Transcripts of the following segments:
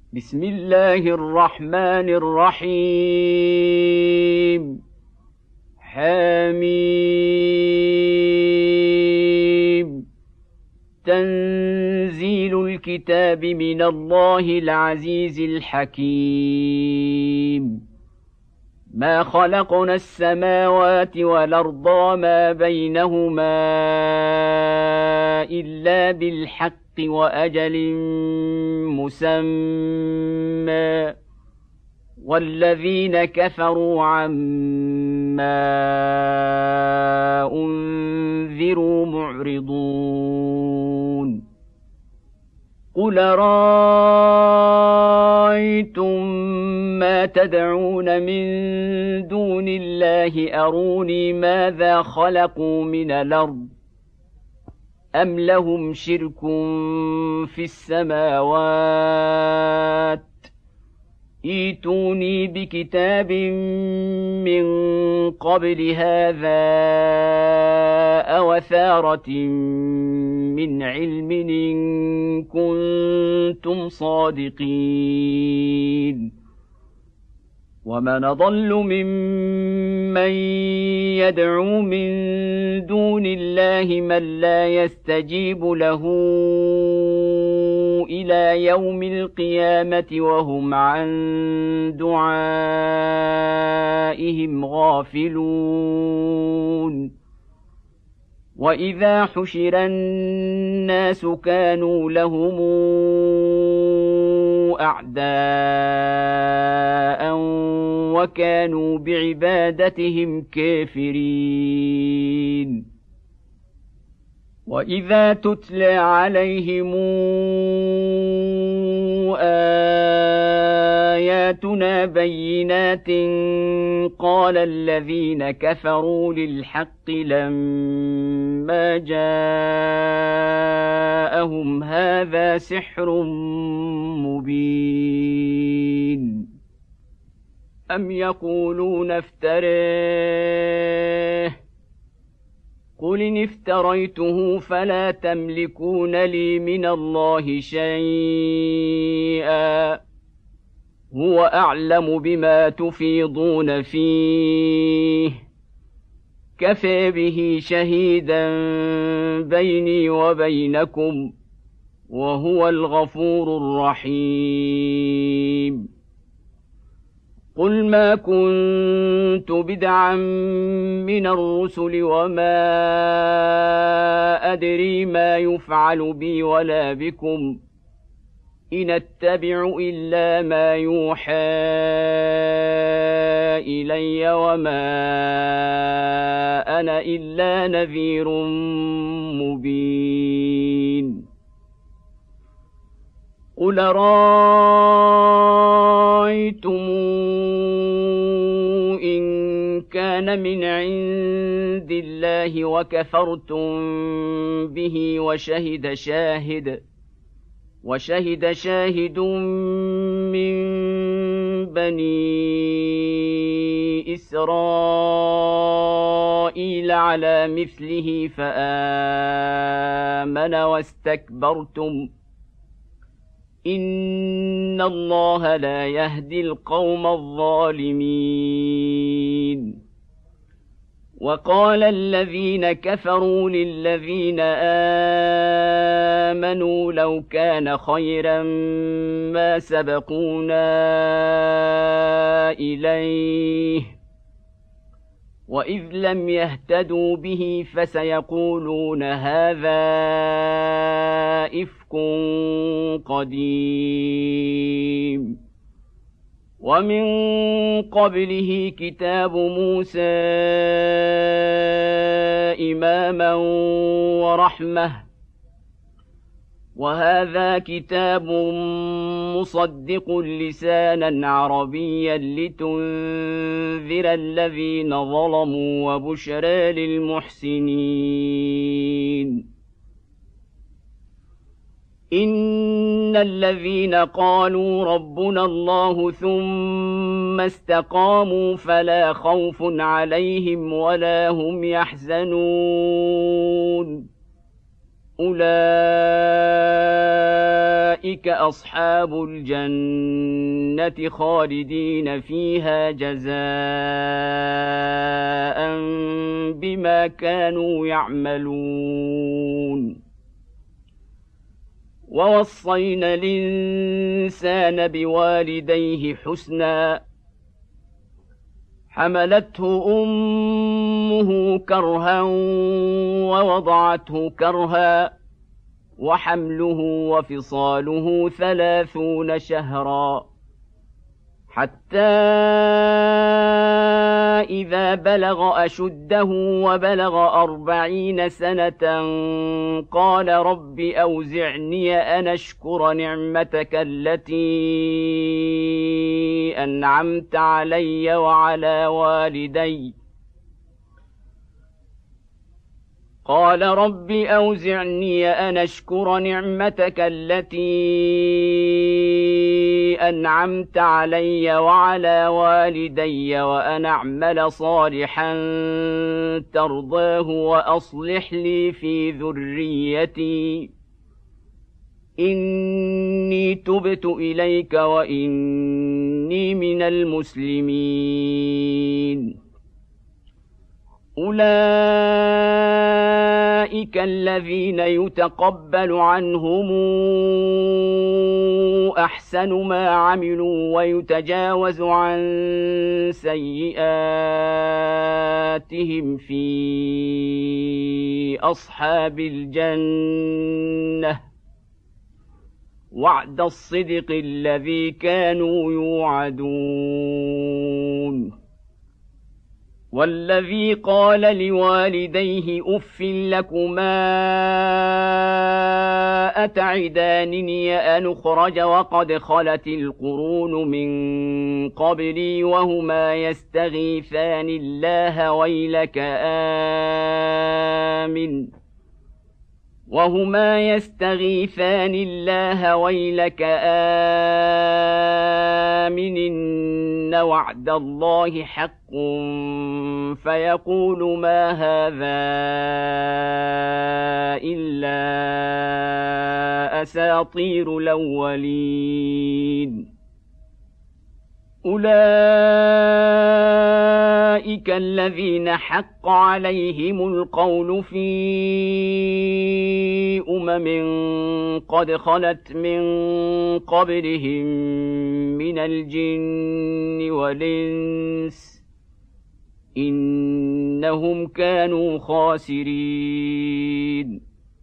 بسم الله الرحمن الرحيم حميم تنزيل الكتاب من الله العزيز الحكيم ما خلقنا السماوات والأرض وما بينهما إلا بالحق وأجل مسمى والذين كفروا عما أنذروا معرضون قل رأيتم ما تدعون من دون الله أروني ماذا خلقوا من الأرض أم لهم شرك في السماوات ائتوني بكتاب من قبل هذا أو أثارة من علم إن كنتم صادقين ومن أضل ممن يدعو من دون الله من لا يستجيب له إلى يوم القيامة وهم عن دعائهم غافلون وإذا حشر الناس كانوا لهم أعداء وكانوا بعبادتهم كافرين وإذا تتلى عليهم آياتنا بينات قال الذين كفروا للحق لما جاءهم هذا سحر مبين أم يقولون افتريه قل إن افتريته فلا تملكون لي من الله شيئا هو أعلم بما تفيضون فيه كفى به شهيدا بيني وبينكم وهو الغفور الرحيم قل ما كنت بدعا من الرسل وما أدري ما يفعل بي ولا بكم إن أتبع إلا ما يوحى إلي وما أنا إلا نذير مبين قل رأيتم إن كان من عند الله وكفرتم به وشهد شاهد من بني إسرائيل على مثله فآمن واستكبرتم إن الله لا يهدي القوم الظالمين وقال الذين كفروا للذين آمنوا لو كان خيرا ما سبقونا إليه وإذ لم يهتدوا به فسيقولون هذا إفك قديم ومن قبله كتاب موسى إماما ورحمة وهذا كتاب مصدق لسانا عربيا لتنذر الذين ظلموا وبشرى للمحسنين إن الذين قالوا ربنا الله ثم استقاموا فلا خوف عليهم ولا هم يحزنون أولئك أصحاب الجنة خالدين فيها جزاء بما كانوا يعملون ووصينا الإنسان بوالديه حسنا حملته أمه كرها ووضعته كرها وحمله وفصاله 30 شهرا حتى إذا بلغ أشده وبلغ 40 سنة قال رب أوزعني أن أشكر نعمتك التي أنعمت علي وعلى والدي قال رب أوزعني أن أشكر نعمتك التي أنعمت علي وعلى والدي وأن أعمل صالحا ترضاه وأصلح لي في ذريتي إني تبت إليك وإني من المسلمين أولئك الذين يتقبل عنهم أحسن ما عملوا ويتجاوز عن سيئاتهم في أصحاب الجنة وعد الصدق الذي كانوا يوعدون والذي قال لوالديه أف لكما أتعدانني أن أخرج وقد خلت القرون من قبلي وهما يستغيثان الله ويلك آمن إن وعد الله حق فيقول ما هذا إلا أساطير الأولين أولئك الذين حق عليهم القول في قد خلت من قبلهم من الجن والإنس إنهم كانوا خاسرين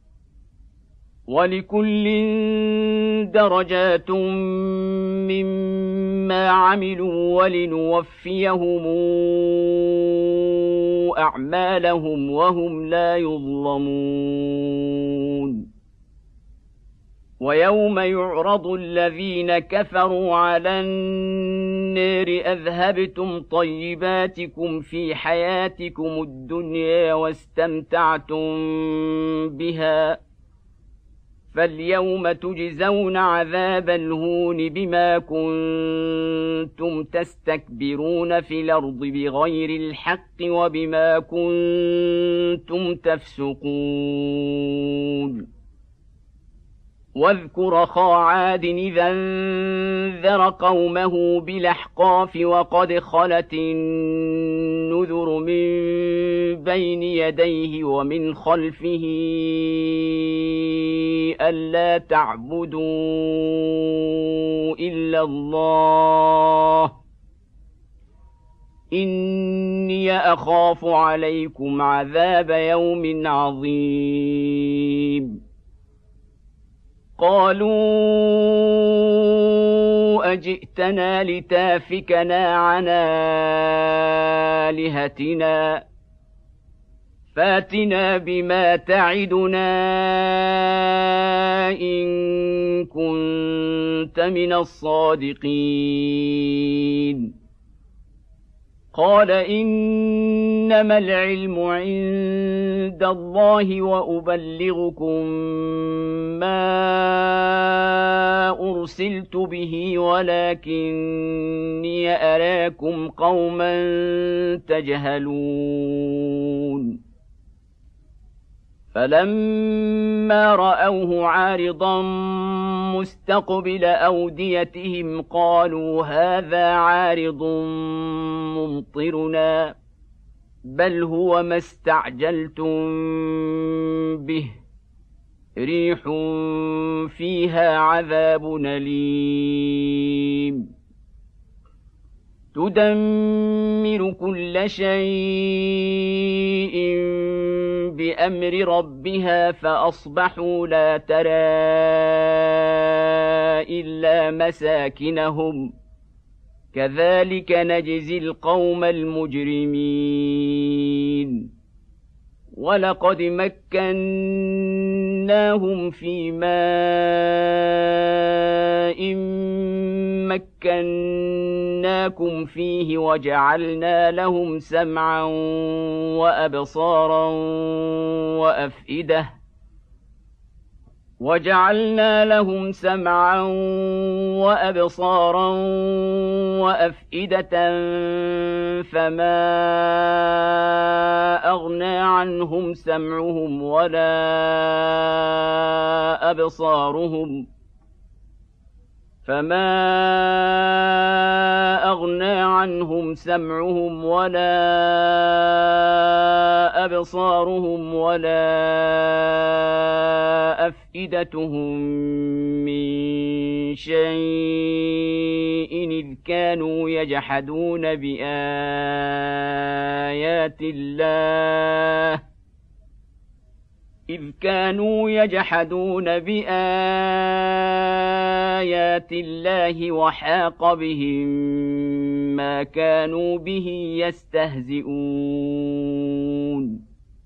ولكل درجات مما عملوا ولنوفيهم أعمالهم وهم لا يظلمون ويوم يعرض الذين كفروا على النار أذهبتم طيباتكم في حياتكم الدنيا واستمتعتم بها فاليوم تجزون عذاب الهون بما كنتم تستكبرون في الأرض بغير الحق وبما كنتم تفسقون واذكر أخا عاد إذا انذر قومه بالأحقاف وقد خلت النذر من بين يديه ومن خلفه ألا تعبدوا إلا الله إني أخاف عليكم عذاب يوم عظيم قالوا أجئتنا لتافكنا عن آلهتنا فاتنا بما تعدنا إن كنت من الصادقين قال إنما العلم عند الله وأبلغكم ما أرسلت به ولكني أراكم قوما تجهلون فلما رأوه عارضا مستقبل أوديتهم قالوا هذا عارض ممطرنا بل هو ما استعجلتم به ريح فيها عذاب أليم تدمر كل شيء بأمر ربها فأصبحوا لا ترى إلا مساكنهم كذلك نجزي القوم المجرمين ولقد مكناهم في ماء مكناكم فيه وجعلنا لهم سمعا وأبصارا وأفئدة فما أغنى عنهم سمعهم ولا أبصارهم ولا أفئدتهم من شيء إذ كانوا يجحدون بآيات الله وحاق بهم ما كانوا به يستهزئون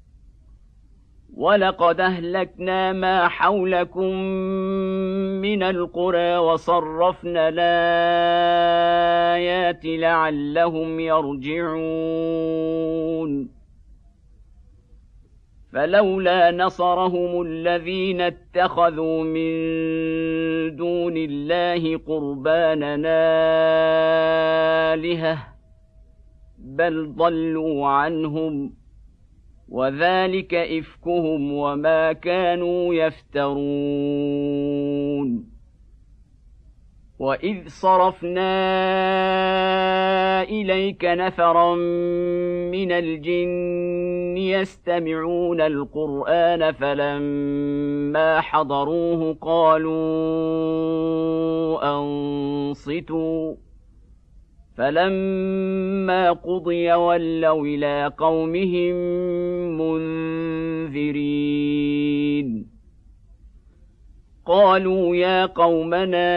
ولقد أهلكنا ما حولكم من القرى وصرفنا الآيات لعلهم يرجعون فلولا نصرهم الذين اتخذوا من دون الله قربانا آلهة بل ضلوا عنهم وذلك إفكهم وما كانوا يفترون وإذ صرفنا إليك نفرا من الجن يستمعون القرآن فلما حضروه قالوا أنصتوا فلما قضي ولوا إلى قومهم منذرين قالوا يا قومنا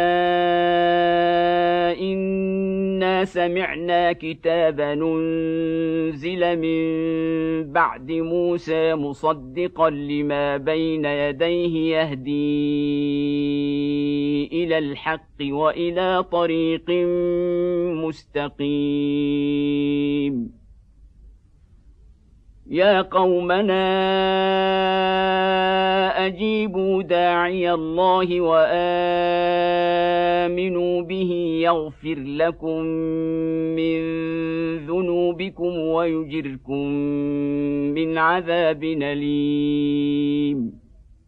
إنا سمعنا كتابا أنزل من بعد موسى مصدقا لما بين يديه يهدي إلى الحق وإلى طريق مستقيم يا قومنا أجيبوا داعي الله وآمنوا به يغفر لكم من ذنوبكم ويجركم من عذاب أليم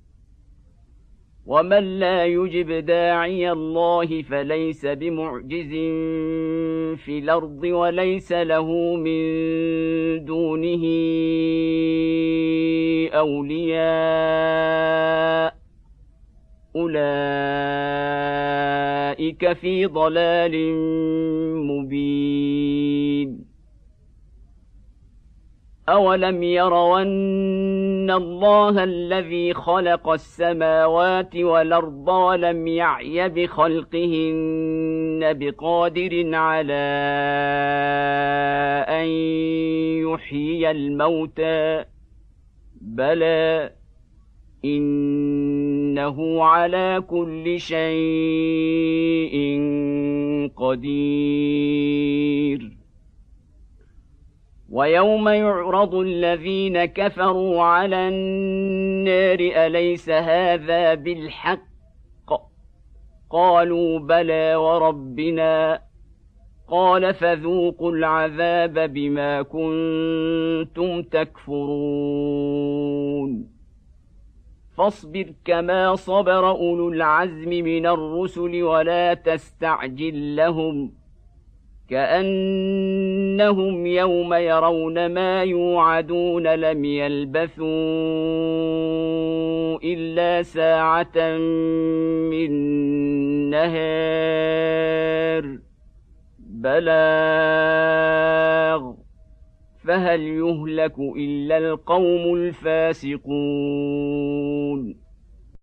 ومن لا يجب داعي الله فليس بمعجز في الأرض وليس له من دونه أولياء أولئك في ضلال مبين أولم يروا أن الله الذي خلق السماوات والأرض ولم يعي بخلقهن بقادر على أن يحيي الموتى بلى إنه على كل شيء قدير ويوم يعرض الذين كفروا على النار أليس هذا بالحق قالوا بلى وربنا قال فذوقوا العذاب بما كنتم تكفرون فاصبر كما صبر أولو العزم من الرسل ولا تستعجل لهم كأنهم يوم يرون ما يوعدون لم يلبثوا إلا ساعة من نهار بلاغ فهل يهلك إلا القوم الفاسقون